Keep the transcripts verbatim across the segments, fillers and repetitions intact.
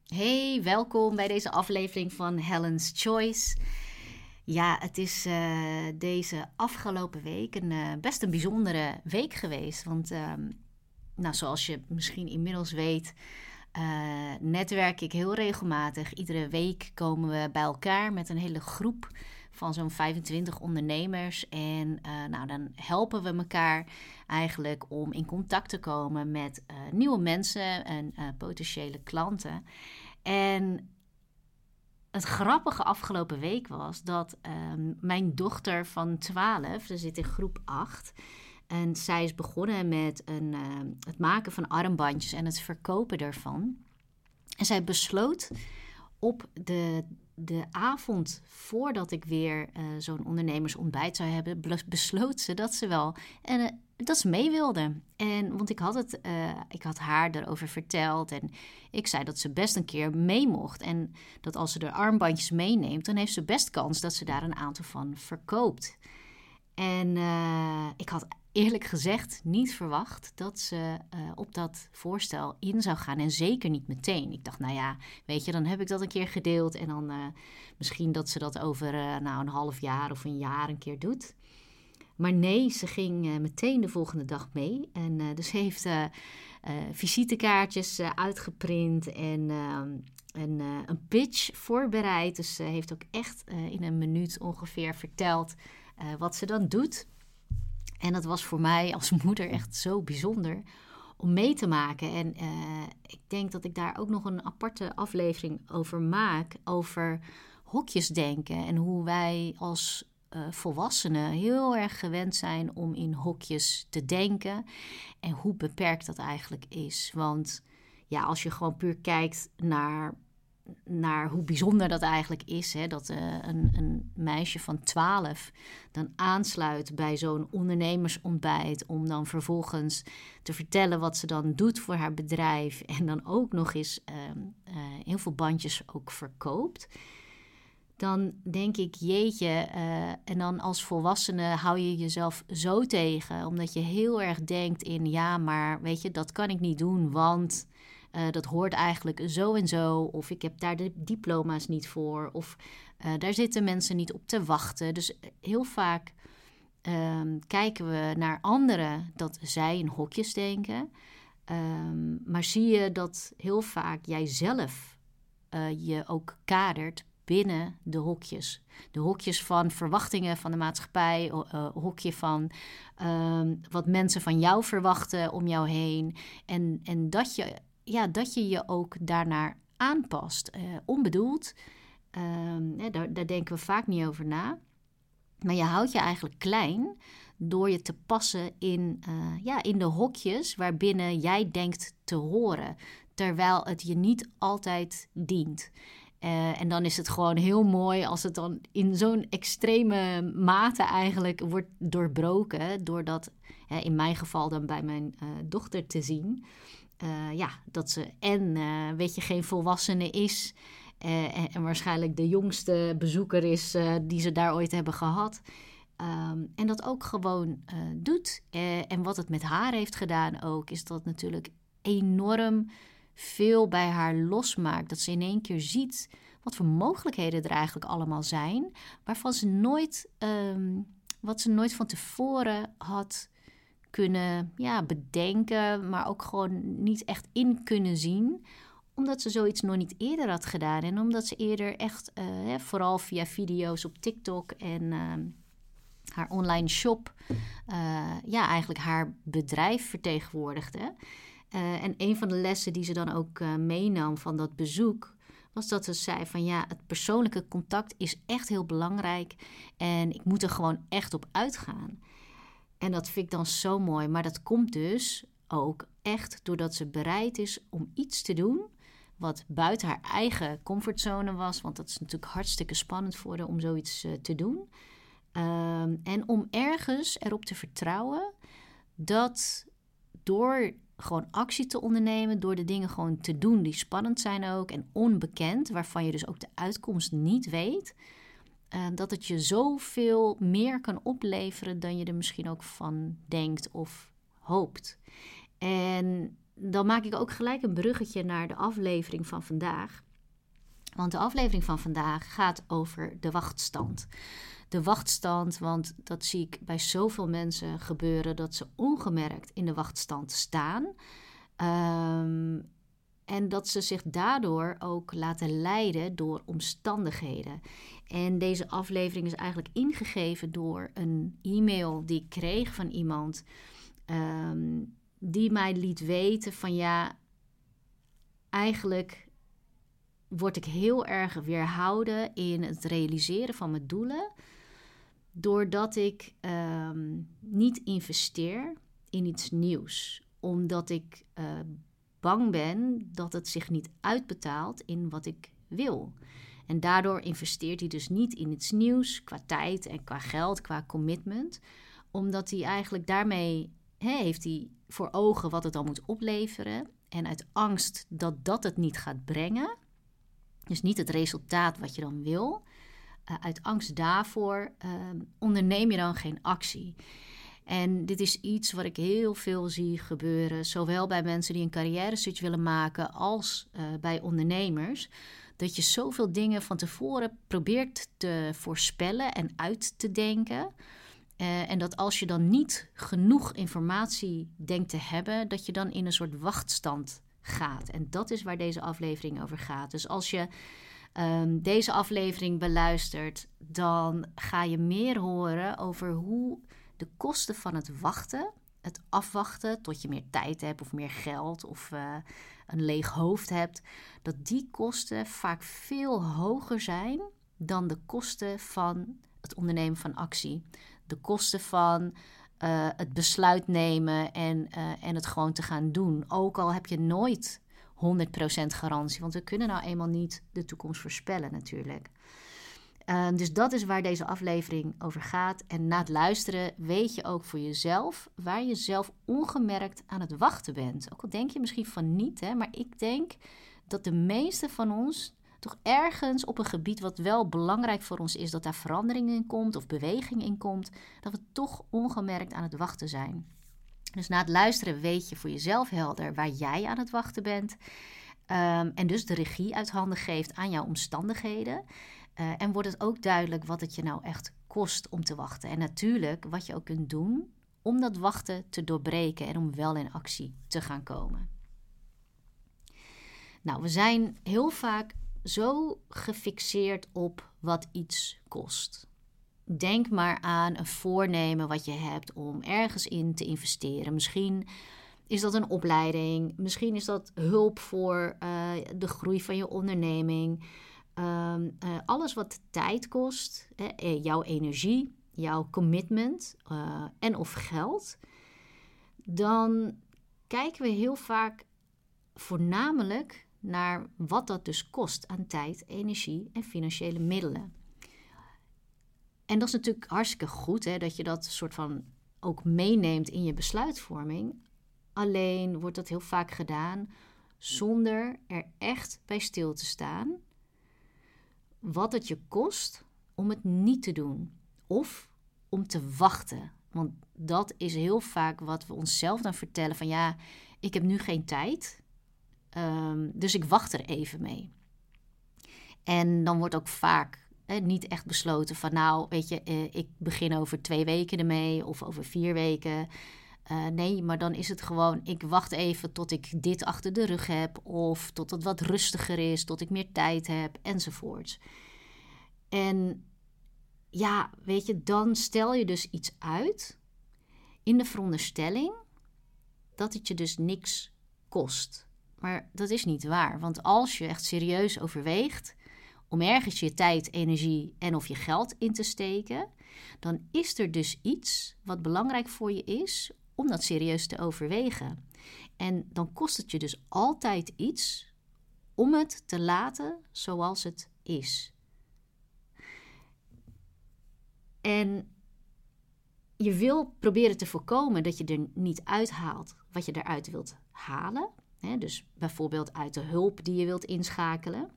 Hey, welkom bij deze aflevering van Helen's Choice. Ja, het is uh, deze afgelopen week een, uh, best een bijzondere week geweest. Want uh, nou, zoals je misschien inmiddels weet, uh, netwerk ik heel regelmatig. Iedere week komen we bij elkaar met een hele groep van zo'n vijfentwintig ondernemers. En uh, nou, dan helpen we elkaar eigenlijk om in contact te komen met uh, nieuwe mensen en uh, potentiële klanten. En het grappige afgelopen week was dat uh, mijn dochter van twaalf, ze zit in groep acht... en zij is begonnen met een, uh, het maken van armbandjes en het verkopen daarvan. En zij besloot op de, de avond voordat ik weer uh, zo'n ondernemersontbijt zou hebben, besloot ze dat ze wel en, uh, dat ze mee wilde. En, want ik had, het, uh, ik had haar erover verteld en ik zei dat ze best een keer mee mocht. En dat als ze de armbandjes meeneemt, dan heeft ze best kans dat ze daar een aantal van verkoopt. En uh, ik had eerlijk gezegd niet verwacht dat ze uh, op dat voorstel in zou gaan. En zeker niet meteen. Ik dacht, nou ja, weet je, dan heb ik dat een keer gedeeld. En dan uh, misschien dat ze dat over uh, nou, een half jaar of een jaar een keer doet. Maar nee, ze ging uh, meteen de volgende dag mee. En uh, dus ze heeft uh, uh, visitekaartjes uh, uitgeprint en, uh, en uh, een pitch voorbereid. Dus ze heeft ook echt uh, in een minuut ongeveer verteld uh, wat ze dan doet. En dat was voor mij als moeder echt zo bijzonder om mee te maken. En uh, ik denk dat ik daar ook nog een aparte aflevering over maak. Over hokjesdenken en hoe wij als uh, volwassenen heel erg gewend zijn om in hokjes te denken. En hoe beperkt dat eigenlijk is. Want ja, als je gewoon puur kijkt naar... naar hoe bijzonder dat eigenlijk is. Hè? Dat uh, een, een meisje van twaalf dan aansluit bij zo'n ondernemersontbijt om dan vervolgens te vertellen wat ze dan doet voor haar bedrijf en dan ook nog eens uh, uh, heel veel bandjes ook verkoopt. Dan denk ik, jeetje, uh, en dan als volwassene hou je jezelf zo tegen, omdat je heel erg denkt in, ja, maar weet je, dat kan ik niet doen, want Uh, dat hoort eigenlijk zo en zo. Of ik heb daar de diploma's niet voor. Of uh, daar zitten mensen niet op te wachten. Dus heel vaak uh, kijken we naar anderen dat zij in hokjes denken. Um, maar zie je dat heel vaak jij zelf uh, je ook kadert binnen de hokjes. De hokjes van verwachtingen van de maatschappij. Uh, hokje van uh, wat mensen van jou verwachten om jou heen. En, en dat je... Ja, dat je je ook daarnaar aanpast. Uh, onbedoeld, uh, daar, daar denken we vaak niet over na. Maar je houdt je eigenlijk klein door je te passen in, uh, ja, in de hokjes waarbinnen jij denkt te horen. Terwijl het je niet altijd dient. Uh, en dan is het gewoon heel mooi als het dan in zo'n extreme mate eigenlijk wordt doorbroken. Door dat, uh, in mijn geval dan bij mijn uh, dochter te zien. Uh, ja, dat ze en, uh, weet je, geen volwassene is. Uh, en, en waarschijnlijk de jongste bezoeker is uh, die ze daar ooit hebben gehad. Um, en dat ook gewoon uh, doet. Uh, en wat het met haar heeft gedaan ook, is dat natuurlijk enorm veel bij haar losmaakt. Dat ze in één keer ziet wat voor mogelijkheden er eigenlijk allemaal zijn. Waarvan ze nooit, um, wat ze nooit van tevoren had kunnen ja, bedenken, maar ook gewoon niet echt in kunnen zien, omdat ze zoiets nog niet eerder had gedaan. En omdat ze eerder echt, uh, hè, vooral via video's op TikTok en uh, haar online shop, uh, ja, eigenlijk haar bedrijf vertegenwoordigde. Uh, en een van de lessen die ze dan ook uh, meenam van dat bezoek, was dat ze zei van ja, het persoonlijke contact is echt heel belangrijk en ik moet er gewoon echt op uitgaan. En dat vind ik dan zo mooi. Maar dat komt dus ook echt doordat ze bereid is om iets te doen wat buiten haar eigen comfortzone was. Want dat is natuurlijk hartstikke spannend voor haar om zoiets uh, te doen. Um, en om ergens erop te vertrouwen dat door gewoon actie te ondernemen, door de dingen gewoon te doen die spannend zijn ook en onbekend, waarvan je dus ook de uitkomst niet weet, Uh, dat het je zoveel meer kan opleveren dan je er misschien ook van denkt of hoopt. En dan maak ik ook gelijk een bruggetje naar de aflevering van vandaag. Want de aflevering van vandaag gaat over de wachtstand. De wachtstand, want dat zie ik bij zoveel mensen gebeuren, dat ze ongemerkt in de wachtstand staan. Um, en dat ze zich daardoor ook laten leiden door omstandigheden. En deze aflevering is eigenlijk ingegeven door een e-mail die ik kreeg van iemand um, die mij liet weten van ja, eigenlijk word ik heel erg weerhouden in het realiseren van mijn doelen, doordat ik um, niet investeer in iets nieuws. Omdat ik uh, bang ben dat het zich niet uitbetaalt in wat ik wil. En daardoor investeert hij dus niet in iets nieuws qua tijd en qua geld, qua commitment. Omdat hij eigenlijk daarmee he, heeft hij voor ogen wat het dan moet opleveren. En uit angst dat dat het niet gaat brengen, dus niet het resultaat wat je dan wil, uh, uit angst daarvoor uh, onderneem je dan geen actie. En dit is iets wat ik heel veel zie gebeuren, zowel bij mensen die een carrière-switch willen maken als uh, bij ondernemers, dat je zoveel dingen van tevoren probeert te voorspellen en uit te denken. Uh, en dat als je dan niet genoeg informatie denkt te hebben, dat je dan in een soort wachtstand gaat. En dat is waar deze aflevering over gaat. Dus als je um, deze aflevering beluistert, dan ga je meer horen over hoe de kosten van het wachten, het afwachten tot je meer tijd hebt of meer geld of uh, een leeg hoofd hebt, dat die kosten vaak veel hoger zijn dan de kosten van het ondernemen van actie. De kosten van uh, het besluit nemen en, uh, en het gewoon te gaan doen. Ook al heb je nooit honderd procent garantie, want we kunnen nou eenmaal niet de toekomst voorspellen natuurlijk. Uh, dus dat is waar deze aflevering over gaat. En na het luisteren weet je ook voor jezelf waar je zelf ongemerkt aan het wachten bent. Ook al denk je misschien van niet, hè, maar ik denk dat de meeste van ons toch ergens op een gebied wat wel belangrijk voor ons is, dat daar verandering in komt of beweging in komt, dat we toch ongemerkt aan het wachten zijn. Dus na het luisteren weet je voor jezelf helder waar jij aan het wachten bent. Um, en dus de regie uit handen geeft aan jouw omstandigheden. Uh, en wordt het ook duidelijk wat het je nou echt kost om te wachten. En natuurlijk wat je ook kunt doen om dat wachten te doorbreken en om wel in actie te gaan komen. Nou, we zijn heel vaak zo gefixeerd op wat iets kost. Denk maar aan een voornemen wat je hebt om ergens in te investeren. Misschien is dat een opleiding, misschien is dat hulp voor uh, de groei van je onderneming. Um, uh, alles wat tijd kost, eh, jouw energie, jouw commitment uh, en of geld, dan kijken we heel vaak voornamelijk naar wat dat dus kost aan tijd, energie en financiële middelen. En dat is natuurlijk hartstikke goed, hè, dat je dat soort van ook meeneemt in je besluitvorming. Alleen wordt dat heel vaak gedaan zonder er echt bij stil te staan wat het je kost om het niet te doen of om te wachten. Want dat is heel vaak wat we onszelf dan vertellen van ja, ik heb nu geen tijd, um, dus ik wacht er even mee. En dan wordt ook vaak eh, niet echt besloten van nou, weet je, eh, ik begin over twee weken ermee of over vier weken. Uh, nee, maar dan is het gewoon, ik wacht even tot ik dit achter de rug heb of tot het wat rustiger is, tot ik meer tijd heb enzovoorts. En ja, weet je, dan stel je dus iets uit in de veronderstelling dat het je dus niks kost. Maar dat is niet waar, want als je echt serieus overweegt om ergens je tijd, energie en of je geld in te steken, dan is er dus iets wat belangrijk voor je is om dat serieus te overwegen. En dan kost het je dus altijd iets om het te laten zoals het is. En je wil proberen te voorkomen dat je er niet uithaalt wat je eruit wilt halen. Hè? Dus bijvoorbeeld uit de hulp die je wilt inschakelen.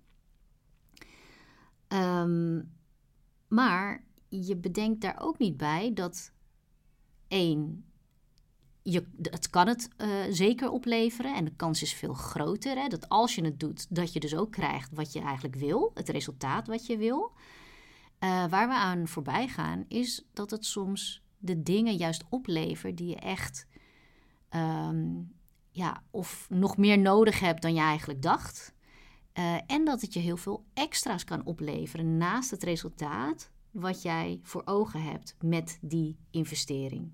Um, maar je bedenkt daar ook niet bij dat één, je, het kan het uh, zeker opleveren en de kans is veel groter. Hè, dat als je het doet, dat je dus ook krijgt wat je eigenlijk wil. Het resultaat wat je wil. Uh, waar we aan voorbij gaan, is dat het soms de dingen juist oplevert die je echt... Um, ja, of nog meer nodig hebt dan je eigenlijk dacht. Uh, en dat het je heel veel extra's kan opleveren naast het resultaat wat jij voor ogen hebt met die investering.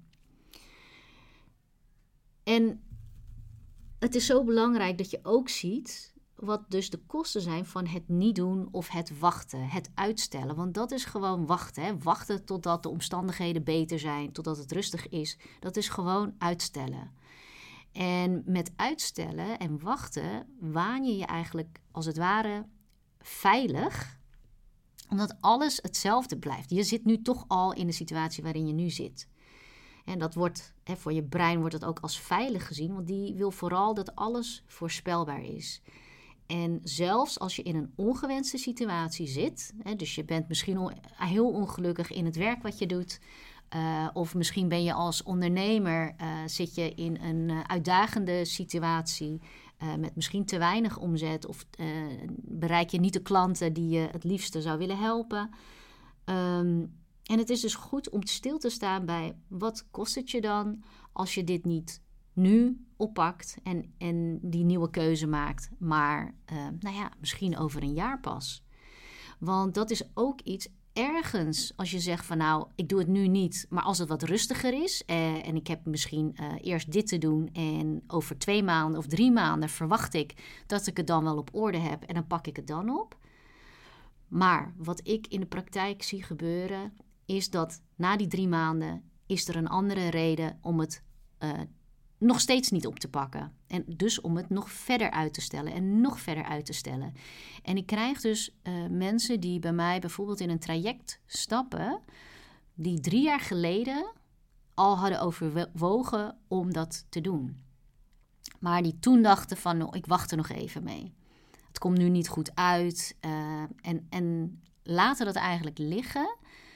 En het is zo belangrijk dat je ook ziet wat dus de kosten zijn van het niet doen of het wachten, het uitstellen. Want dat is gewoon wachten. Hè? Wachten totdat de omstandigheden beter zijn, totdat het rustig is. Dat is gewoon uitstellen. En met uitstellen en wachten waan je je eigenlijk als het ware veilig, omdat alles hetzelfde blijft. Je zit nu toch al in de situatie waarin je nu zit. En dat wordt, hè, voor je brein wordt het ook als veilig gezien, want die wil vooral dat alles voorspelbaar is. En zelfs als je in een ongewenste situatie zit, hè, dus je bent misschien on- heel ongelukkig in het werk wat je doet, Uh, of misschien ben je als ondernemer, uh, zit je in een uh, uitdagende situatie uh, met misschien te weinig omzet of uh, bereik je niet de klanten die je het liefste zou willen helpen. Um, en het is dus goed om stil te staan bij wat kost het je dan als je dit niet nu oppakt en, en die nieuwe keuze maakt, maar uh, nou ja, misschien over een jaar pas. Want dat is ook iets ergens, als je zegt van nou, ik doe het nu niet, maar als het wat rustiger is eh, en ik heb misschien uh, eerst dit te doen en over twee maanden of drie maanden verwacht ik dat ik het dan wel op orde heb en dan pak ik het dan op. Maar wat ik in de praktijk zie gebeuren is dat na die drie maanden is er een andere reden om het uh, nog steeds niet op te pakken. En dus om het nog verder uit te stellen en nog verder uit te stellen. En ik krijg dus uh, mensen die bij mij bijvoorbeeld in een traject stappen, die drie jaar geleden al hadden overwogen om dat te doen. Maar die toen dachten van, nou, ik wacht er nog even mee. Het komt nu niet goed uit. Uh, en, en laten dat eigenlijk liggen.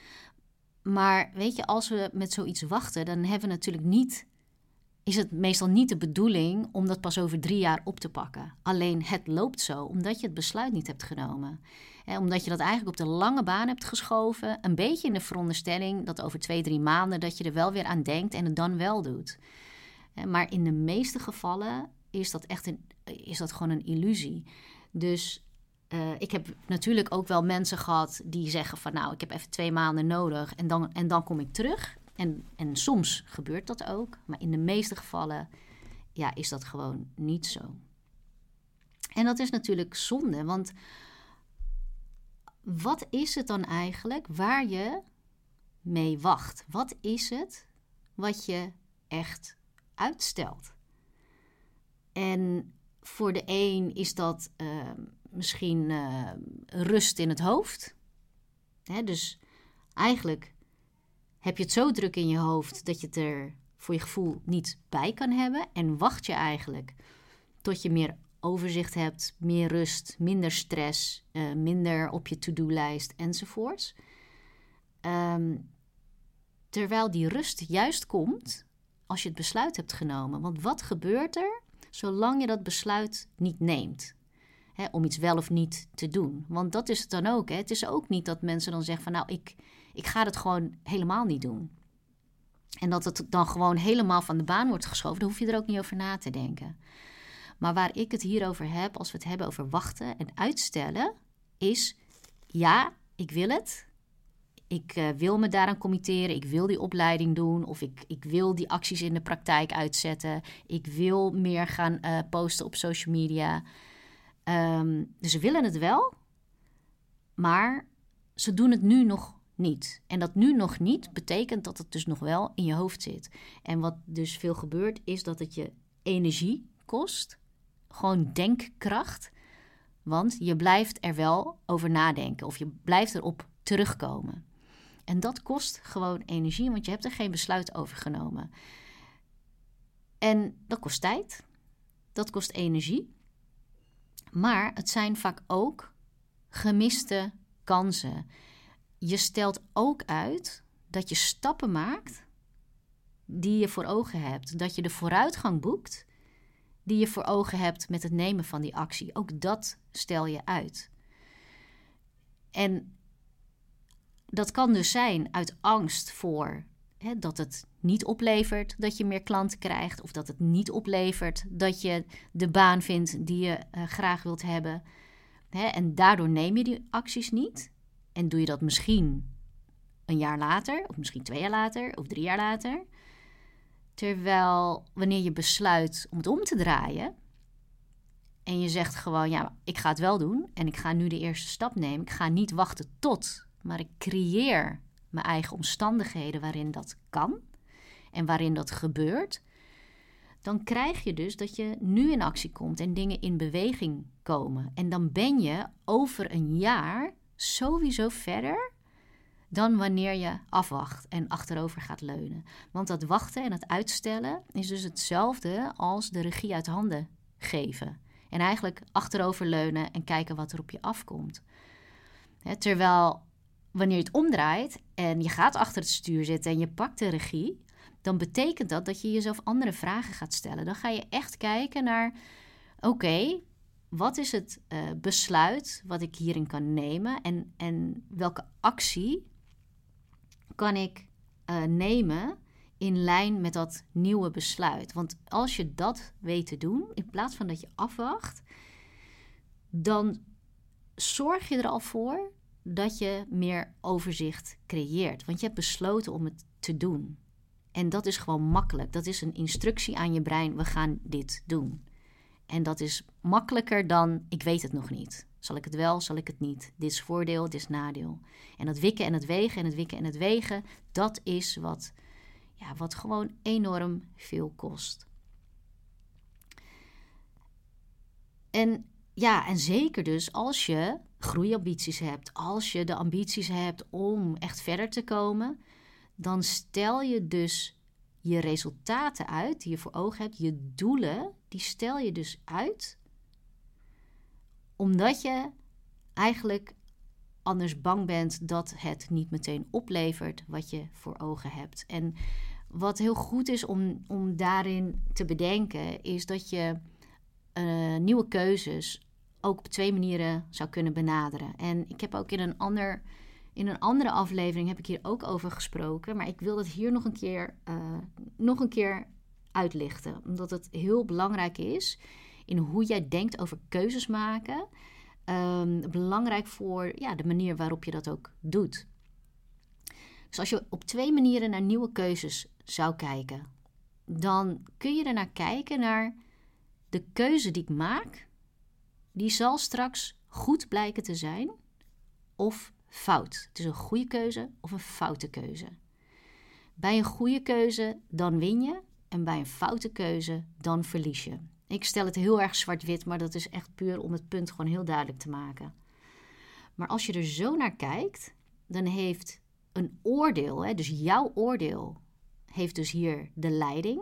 Maar weet je, als we met zoiets wachten, dan hebben we natuurlijk niet... is het meestal niet de bedoeling om dat pas over drie jaar op te pakken. Alleen het loopt zo, omdat je het besluit niet hebt genomen. He, omdat je dat eigenlijk op de lange baan hebt geschoven. Een beetje in de veronderstelling dat over twee, drie maanden dat je er wel weer aan denkt en het dan wel doet. He, maar in de meeste gevallen is dat echt een, is dat gewoon een illusie. Dus uh, ik heb natuurlijk ook wel mensen gehad die zeggen van nou, ik heb even twee maanden nodig en dan, en dan kom ik terug. En, en soms gebeurt dat ook, maar in de meeste gevallen ja, is dat gewoon niet zo. En dat is natuurlijk zonde, want wat is het dan eigenlijk waar je mee wacht? Wat is het wat je echt uitstelt? En voor de een is dat uh, misschien uh, rust in het hoofd. Hè, dus eigenlijk heb je het zo druk in je hoofd dat je het er voor je gevoel niet bij kan hebben. En wacht je eigenlijk tot je meer overzicht hebt, meer rust, minder stress, uh, minder op je to-do-lijst enzovoorts. Um, terwijl die rust juist komt als je het besluit hebt genomen. Want wat gebeurt er zolang je dat besluit niet neemt? Hè, om iets wel of niet te doen. Want dat is het dan ook. Hè. Het is ook niet dat mensen dan zeggen van nou, ik... Ik ga het gewoon helemaal niet doen. En dat het dan gewoon helemaal van de baan wordt geschoven, dan hoef je er ook niet over na te denken. Maar waar ik het hier over heb, als we het hebben over wachten en uitstellen, is ja, ik wil het. Ik uh, wil me daaraan committeren, ik wil die opleiding doen of ik, ik wil die acties in de praktijk uitzetten. Ik wil meer gaan uh, posten op social media. Um, dus ze willen het wel, maar ze doen het nu nog niet. En dat nu nog niet betekent dat het dus nog wel in je hoofd zit. En wat dus veel gebeurt is dat het je energie kost. Gewoon denkkracht. Want je blijft er wel over nadenken. Of je blijft erop terugkomen. En dat kost gewoon energie. Want je hebt er geen besluit over genomen. En dat kost tijd. Dat kost energie. Maar het zijn vaak ook gemiste kansen. Je stelt ook uit dat je stappen maakt die je voor ogen hebt. Dat je de vooruitgang boekt die je voor ogen hebt met het nemen van die actie. Ook dat stel je uit. En dat kan dus zijn uit angst voor hè, dat het niet oplevert dat je meer klanten krijgt. Of dat het niet oplevert dat je de baan vindt die je uh, graag wilt hebben. Hè, en daardoor neem je die acties niet. En doe je dat misschien een jaar later, of misschien twee jaar later, of drie jaar later. Terwijl wanneer je besluit om het om te draaien en je zegt gewoon, ja, ik ga het wel doen en ik ga nu de eerste stap nemen. Ik ga niet wachten tot, maar ik creëer mijn eigen omstandigheden waarin dat kan en waarin dat gebeurt. Dan krijg je dus dat je nu in actie komt en dingen in beweging komen. En dan ben je over een jaar sowieso verder dan wanneer je afwacht en achterover gaat leunen. Want dat wachten en het uitstellen is dus hetzelfde als de regie uit handen geven. En eigenlijk achterover leunen en kijken wat er op je afkomt. He, terwijl wanneer je het omdraait en je gaat achter het stuur zitten en je pakt de regie, dan betekent dat dat je jezelf andere vragen gaat stellen. Dan ga je echt kijken naar, oké, okay, wat is het uh, besluit wat ik hierin kan nemen en, en welke actie kan ik uh, nemen in lijn met dat nieuwe besluit. Want als je dat weet te doen, in plaats van dat je afwacht, dan zorg je er al voor dat je meer overzicht creëert. Want je hebt besloten om het te doen. En dat is gewoon makkelijk. Dat is een instructie aan je brein, we gaan dit doen. En dat is makkelijker dan, ik weet het nog niet. Zal ik het wel, zal ik het niet? Dit is voordeel, dit is nadeel. En dat wikken en het wegen en het wikken en het wegen, dat is wat, ja, wat gewoon enorm veel kost. En ja, en zeker dus als je groeiambities hebt, als je de ambities hebt om echt verder te komen, dan stel je dus je resultaten uit die je voor ogen hebt, je doelen, die stel je dus uit omdat je eigenlijk anders bang bent dat het niet meteen oplevert wat je voor ogen hebt. En wat heel goed is om, om daarin te bedenken, is dat je uh, nieuwe keuzes ook op twee manieren zou kunnen benaderen. En ik heb ook in een, ander, in een andere aflevering heb ik hier ook over gesproken, maar ik wil dat hier nog een keer, uh, nog een keer uitlichten, omdat het heel belangrijk is in hoe jij denkt over keuzes maken. Um, belangrijk voor ja, de manier waarop je dat ook doet. Dus als je op twee manieren naar nieuwe keuzes zou kijken, dan kun je ernaar kijken naar de keuze die ik maak, die zal straks goed blijken te zijn of fout. Het is een goede keuze of een foute keuze. Bij een goede keuze, dan win je. En bij een foute keuze, dan verlies je. Ik stel het heel erg zwart-wit, maar dat is echt puur om het punt gewoon heel duidelijk te maken. Maar als je er zo naar kijkt, dan heeft een oordeel, hè, dus jouw oordeel, heeft dus hier de leiding.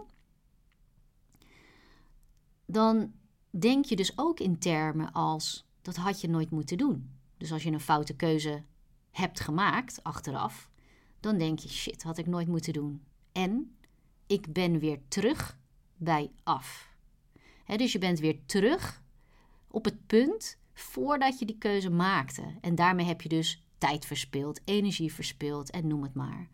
Dan denk je dus ook in termen als, dat had je nooit moeten doen. Dus als je een foute keuze hebt gemaakt, achteraf, dan denk je, shit, had ik nooit moeten doen. En ik ben weer terug bij af. He, dus je bent weer terug op het punt voordat je die keuze maakte. En daarmee heb je dus tijd verspild, energie verspild en noem het maar.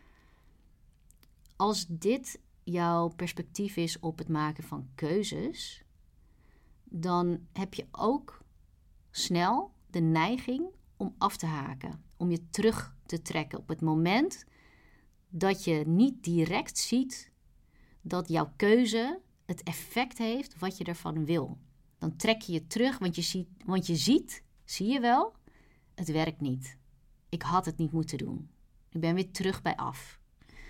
Als dit jouw perspectief is op het maken van keuzes, dan heb je ook snel de neiging om af te haken. Om je terug te trekken op het moment dat je niet direct ziet dat jouw keuze het effect heeft wat je ervan wil. Dan trek je je terug, want je ziet, want je ziet, zie je wel, het werkt niet. Ik had het niet moeten doen. Ik ben weer terug bij af.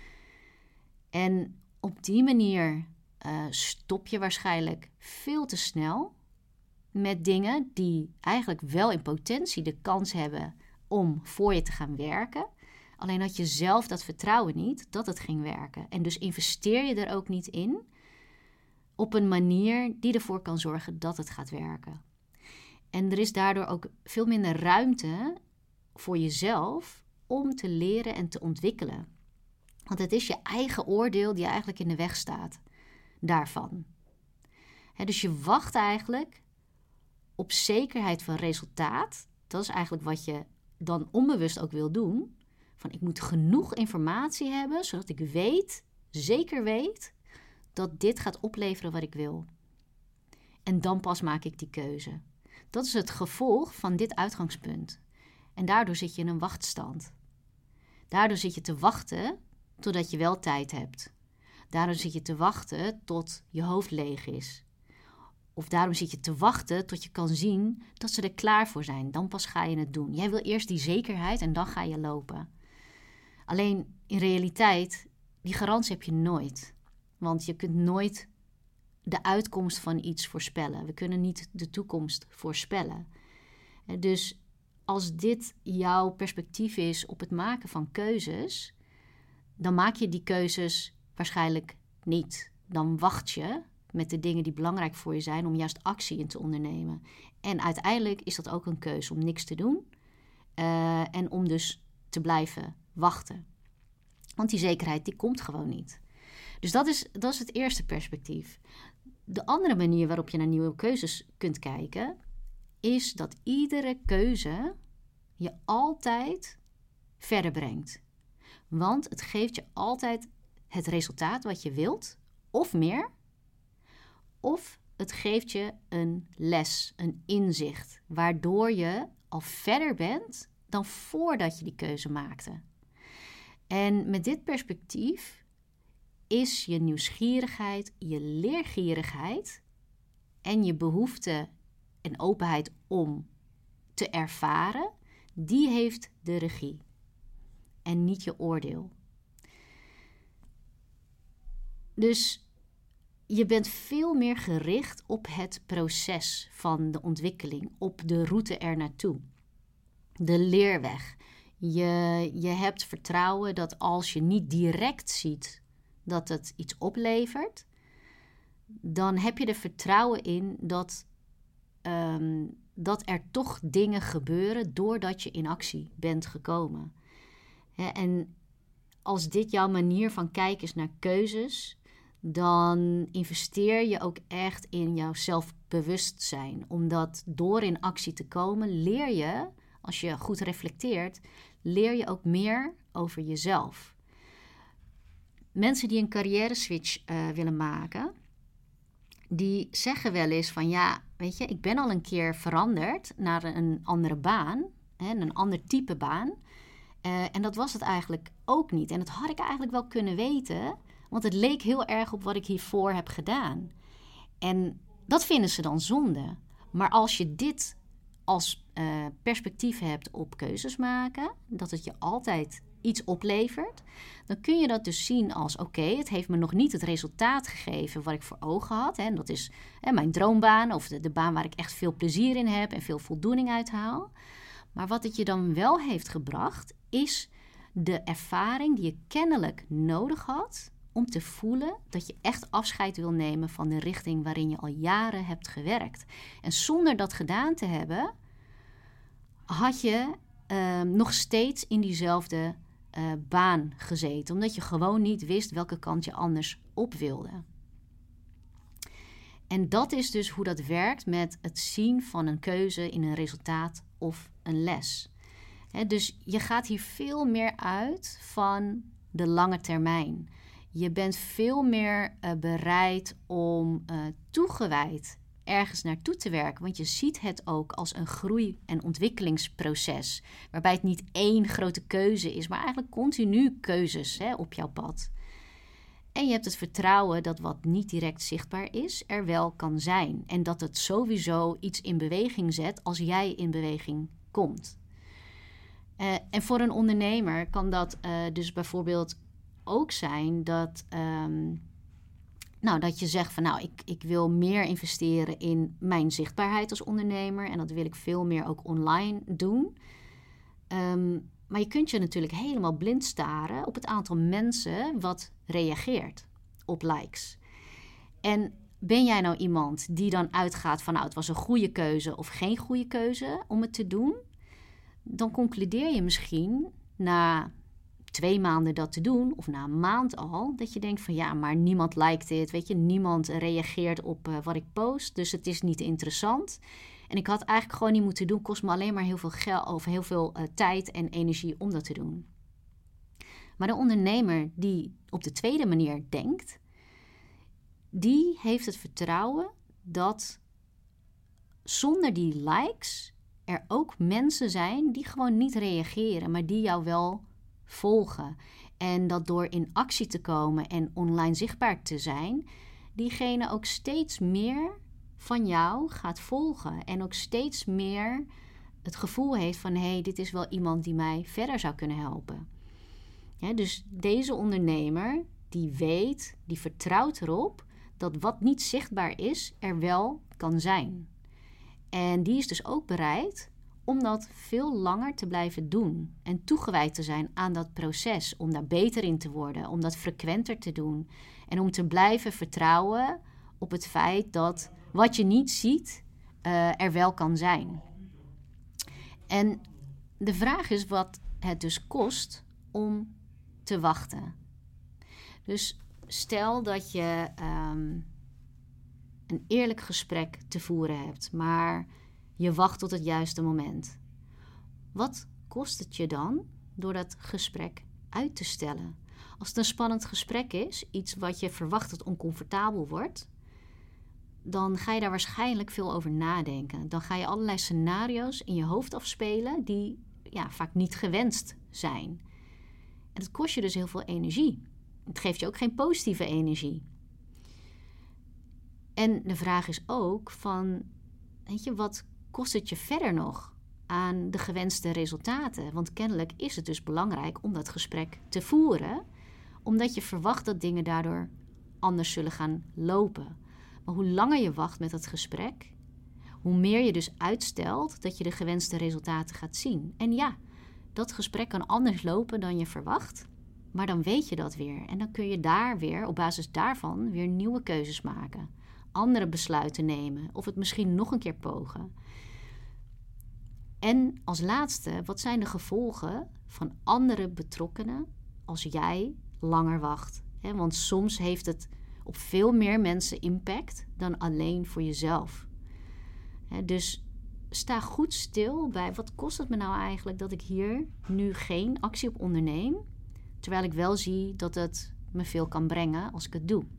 En op die manier uh, stop je waarschijnlijk veel te snel met dingen die eigenlijk wel in potentie de kans hebben om voor je te gaan werken. Alleen had je zelf dat vertrouwen niet dat het ging werken. En dus investeer je er ook niet in op een manier die ervoor kan zorgen dat het gaat werken. En er is daardoor ook veel minder ruimte voor jezelf om te leren en te ontwikkelen. Want het is je eigen oordeel die eigenlijk in de weg staat daarvan. He, dus je wacht eigenlijk op zekerheid van resultaat. Dat is eigenlijk wat je dan onbewust ook wil doen. Van ik moet genoeg informatie hebben, zodat ik weet, zeker weet, dat dit gaat opleveren wat ik wil. En dan pas maak ik die keuze. Dat is het gevolg van dit uitgangspunt. En daardoor zit je in een wachtstand. Daardoor zit je te wachten totdat je wel tijd hebt. Daardoor zit je te wachten tot je hoofd leeg is. Of daarom zit je te wachten tot je kan zien dat ze er klaar voor zijn. Dan pas ga je het doen. Jij wil eerst die zekerheid en dan ga je lopen. Alleen in realiteit, die garantie heb je nooit. Want je kunt nooit de uitkomst van iets voorspellen. We kunnen niet de toekomst voorspellen. Dus als dit jouw perspectief is op het maken van keuzes, dan maak je die keuzes waarschijnlijk niet. Dan wacht je met de dingen die belangrijk voor je zijn om juist actie in te ondernemen. En uiteindelijk is dat ook een keuze om niks te doen uh, en om dus te blijven wachten. Want die zekerheid die komt gewoon niet. Dus dat is, dat is het eerste perspectief. De andere manier waarop je naar nieuwe keuzes kunt kijken is dat iedere keuze je altijd verder brengt. Want het geeft je altijd het resultaat wat je wilt, of meer. Of het geeft je een les, een inzicht, waardoor je al verder bent dan voordat je die keuze maakte. En met dit perspectief is je nieuwsgierigheid, je leergierigheid en je behoefte en openheid om te ervaren, die heeft de regie en niet je oordeel. Dus je bent veel meer gericht op het proces van de ontwikkeling, op de route er naartoe, de leerweg. Je, je hebt vertrouwen dat als je niet direct ziet dat het iets oplevert, dan heb je er vertrouwen in dat, um, dat er toch dingen gebeuren doordat je in actie bent gekomen. He, en als dit jouw manier van kijken is naar keuzes, dan investeer je ook echt in jouw zelfbewustzijn. Omdat door in actie te komen, leer je, als je goed reflecteert, leer je ook meer over jezelf. Mensen die een carrière switch uh, willen maken, die zeggen wel eens van ja, weet je, ik ben al een keer veranderd naar een andere baan, hè, een ander type baan. Uh, en dat was het eigenlijk ook niet. En dat had ik eigenlijk wel kunnen weten, want het leek heel erg op wat ik hiervoor heb gedaan. En dat vinden ze dan zonde. Maar als je dit als uh, perspectief hebt op keuzes maken, dat het je altijd iets oplevert, dan kun je dat dus zien als oké, okay, het heeft me nog niet het resultaat gegeven wat ik voor ogen had. Hè, en dat is hè, mijn droombaan of de, de baan waar ik echt veel plezier in heb en veel voldoening uit haal. Maar wat het je dan wel heeft gebracht, is de ervaring die je kennelijk nodig had om te voelen dat je echt afscheid wil nemen van de richting waarin je al jaren hebt gewerkt. En zonder dat gedaan te hebben, had je uh, nog steeds in diezelfde uh, baan gezeten. Omdat je gewoon niet wist welke kant je anders op wilde. En dat is dus hoe dat werkt met het zien van een keuze in een resultaat of een les. He, dus je gaat hier veel meer uit van de lange termijn. Je bent veel meer uh, bereid om uh, toegewijd ergens naartoe te werken. Want je ziet het ook als een groei- en ontwikkelingsproces. Waarbij het niet één grote keuze is, maar eigenlijk continu keuzes hè, op jouw pad. En je hebt het vertrouwen dat wat niet direct zichtbaar is, er wel kan zijn. En dat het sowieso iets in beweging zet als jij in beweging komt. Uh, en voor een ondernemer kan dat uh, dus bijvoorbeeld ook zijn dat, um, nou, dat je zegt van nou, ik, ik wil meer investeren in mijn zichtbaarheid als ondernemer. En dat wil ik veel meer ook online doen. Um, maar je kunt je natuurlijk helemaal blind staren op het aantal mensen wat reageert op likes. En ben jij nou iemand die dan uitgaat van nou, het was een goede keuze of geen goede keuze om het te doen? Dan concludeer je misschien na twee maanden dat te doen, of na een maand al, dat je denkt van ja, maar niemand liked dit, weet je, niemand reageert op uh, wat ik post, dus het is niet interessant. En ik had eigenlijk gewoon niet moeten doen, kost me alleen maar heel veel geld, of heel veel uh, tijd en energie om dat te doen. Maar de ondernemer die op de tweede manier denkt, die heeft het vertrouwen dat zonder die likes er ook mensen zijn die gewoon niet reageren, maar die jou wel volgen. En dat door in actie te komen en online zichtbaar te zijn, diegene ook steeds meer van jou gaat volgen. En ook steeds meer het gevoel heeft van, hé, hey, dit is wel iemand die mij verder zou kunnen helpen. Ja, dus deze ondernemer, die weet, die vertrouwt erop dat wat niet zichtbaar is, er wel kan zijn. En die is dus ook bereid om dat veel langer te blijven doen. En toegewijd te zijn aan dat proces. Om daar beter in te worden. Om dat frequenter te doen. En om te blijven vertrouwen op het feit dat wat je niet ziet, uh, er wel kan zijn. En de vraag is wat het dus kost om te wachten. Dus stel dat je um, een eerlijk gesprek te voeren hebt, maar je wacht tot het juiste moment. Wat kost het je dan door dat gesprek uit te stellen? Als het een spannend gesprek is, iets wat je verwacht dat oncomfortabel wordt, dan ga je daar waarschijnlijk veel over nadenken. Dan ga je allerlei scenario's in je hoofd afspelen die ja, vaak niet gewenst zijn. En dat kost je dus heel veel energie. Het geeft je ook geen positieve energie. En de vraag is ook van, weet je, wat kost het je verder nog aan de gewenste resultaten? Want kennelijk is het dus belangrijk om dat gesprek te voeren, omdat je verwacht dat dingen daardoor anders zullen gaan lopen. Maar hoe langer je wacht met dat gesprek, hoe meer je dus uitstelt dat je de gewenste resultaten gaat zien. En ja, dat gesprek kan anders lopen dan je verwacht, maar dan weet je dat weer. En dan kun je daar weer, op basis daarvan, weer nieuwe keuzes maken. Andere besluiten nemen of het misschien nog een keer pogen. En als laatste, wat zijn de gevolgen van andere betrokkenen als jij langer wacht? He, want soms heeft het op veel meer mensen impact dan alleen voor jezelf. He, dus sta goed stil bij wat kost het me nou eigenlijk dat ik hier nu geen actie op onderneem, terwijl ik wel zie dat het me veel kan brengen als ik het doe.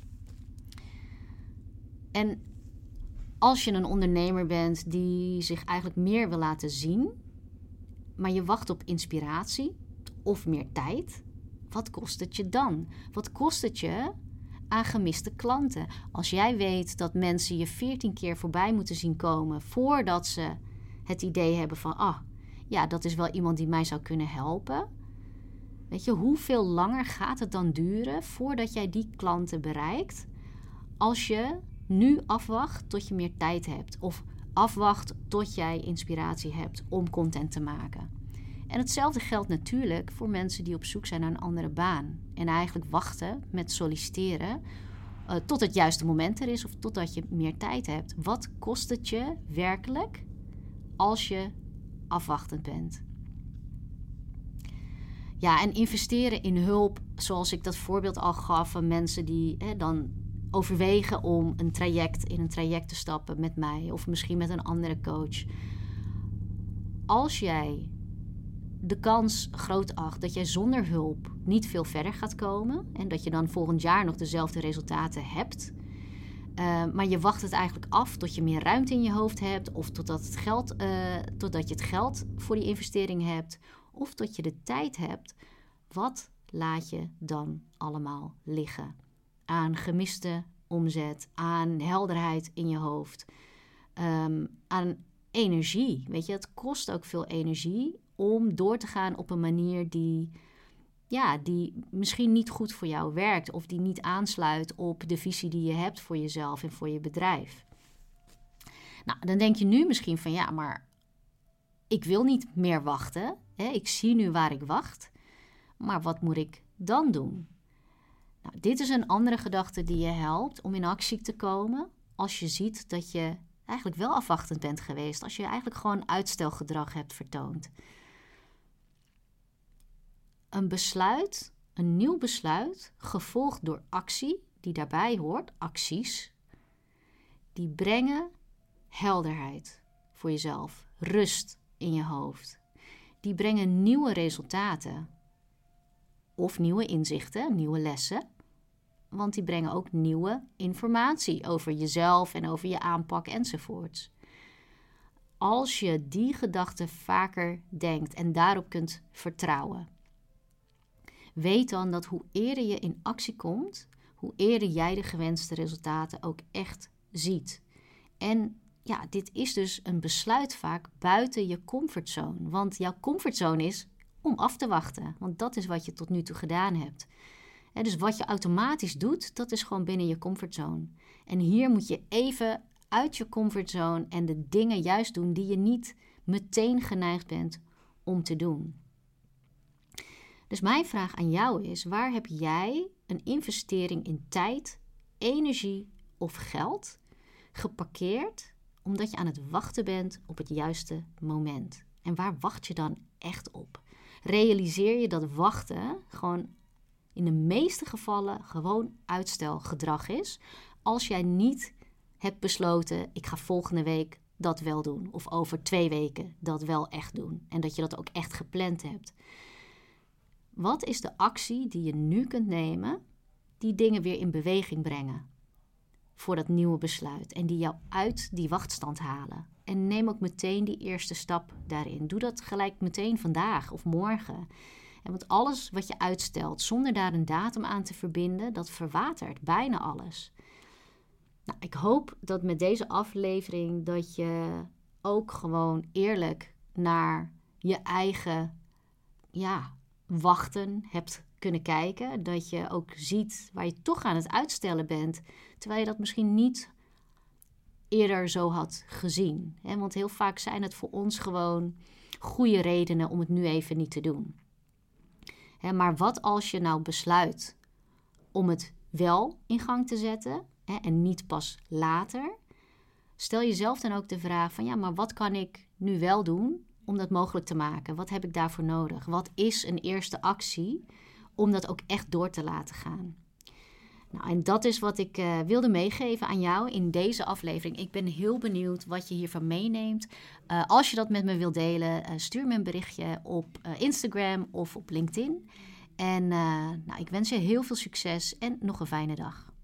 En als je een ondernemer bent die zich eigenlijk meer wil laten zien, maar je wacht op inspiratie of meer tijd, wat kost het je dan? Wat kost het je aan gemiste klanten? Als jij weet dat mensen je veertien keer voorbij moeten zien komen voordat ze het idee hebben van, ah, ja, dat is wel iemand die mij zou kunnen helpen. Weet je, hoeveel langer gaat het dan duren voordat jij die klanten bereikt als je nu afwacht tot je meer tijd hebt of afwacht tot jij inspiratie hebt om content te maken. En hetzelfde geldt natuurlijk voor mensen die op zoek zijn naar een andere baan en eigenlijk wachten met solliciteren uh, tot het juiste moment er is of totdat je meer tijd hebt. Wat kost het je werkelijk als je afwachtend bent? Ja, en investeren in hulp, zoals ik dat voorbeeld al gaf van mensen die hè, dan overwegen om een traject in een traject te stappen met mij of misschien met een andere coach. Als jij de kans groot acht dat jij zonder hulp niet veel verder gaat komen en dat je dan volgend jaar nog dezelfde resultaten hebt, uh, maar je wacht het eigenlijk af tot je meer ruimte in je hoofd hebt of totdat, het geld, uh, totdat je het geld voor die investering hebt of tot je de tijd hebt, wat laat je dan allemaal liggen? Aan gemiste omzet, aan helderheid in je hoofd, um, aan energie. Weet je, het kost ook veel energie om door te gaan op een manier die, ja, die misschien niet goed voor jou werkt of die niet aansluit op de visie die je hebt voor jezelf en voor je bedrijf. Nou, dan denk je nu misschien van ja, maar ik wil niet meer wachten. Hè? Ik zie nu waar ik wacht. Maar wat moet ik dan doen? Nou, dit is een andere gedachte die je helpt om in actie te komen als je ziet dat je eigenlijk wel afwachtend bent geweest. Als je eigenlijk gewoon uitstelgedrag hebt vertoond. een besluit, een nieuw besluit, gevolgd door actie, die daarbij hoort, acties, die brengen helderheid voor jezelf, rust in je hoofd. Die brengen nieuwe resultaten of nieuwe inzichten, nieuwe lessen. Want die brengen ook nieuwe informatie over jezelf en over je aanpak enzovoorts. Als je die gedachten vaker denkt en daarop kunt vertrouwen, weet dan dat hoe eerder je in actie komt, hoe eerder jij de gewenste resultaten ook echt ziet. En ja, dit is dus een besluit vaak buiten je comfortzone. Want jouw comfortzone is om af te wachten. Want dat is wat je tot nu toe gedaan hebt. En dus wat je automatisch doet, dat is gewoon binnen je comfortzone. En hier moet je even uit je comfortzone en de dingen juist doen die je niet meteen geneigd bent om te doen. Dus mijn vraag aan jou is, waar heb jij een investering in tijd, energie of geld geparkeerd omdat je aan het wachten bent op het juiste moment? En waar wacht je dan echt op? Realiseer je dat wachten gewoon in de meeste gevallen gewoon uitstelgedrag is, als jij niet hebt besloten, ik ga volgende week dat wel doen, of over twee weken dat wel echt doen, en dat je dat ook echt gepland hebt. Wat is de actie die je nu kunt nemen, die dingen weer in beweging brengen voor dat nieuwe besluit en die jou uit die wachtstand halen? En neem ook meteen die eerste stap daarin. Doe dat gelijk meteen vandaag of morgen. En want alles wat je uitstelt zonder daar een datum aan te verbinden, dat verwatert bijna alles. Nou, ik hoop dat met deze aflevering dat je ook gewoon eerlijk naar je eigen ja, wachten hebt kunnen kijken. Dat je ook ziet waar je toch aan het uitstellen bent, terwijl je dat misschien niet eerder zo had gezien. Want heel vaak zijn het voor ons gewoon goede redenen om het nu even niet te doen. Maar wat als je nou besluit om het wel in gang te zetten en niet pas later? Stel jezelf dan ook de vraag van ja, maar wat kan ik nu wel doen om dat mogelijk te maken? Wat heb ik daarvoor nodig? Wat is een eerste actie om dat ook echt door te laten gaan? Nou, en dat is wat ik uh, wilde meegeven aan jou in deze aflevering. Ik ben heel benieuwd wat je hiervan meeneemt. Uh, als je dat met me wilt delen, uh, stuur me een berichtje op uh, Instagram of op LinkedIn. En uh, nou, ik wens je heel veel succes en nog een fijne dag.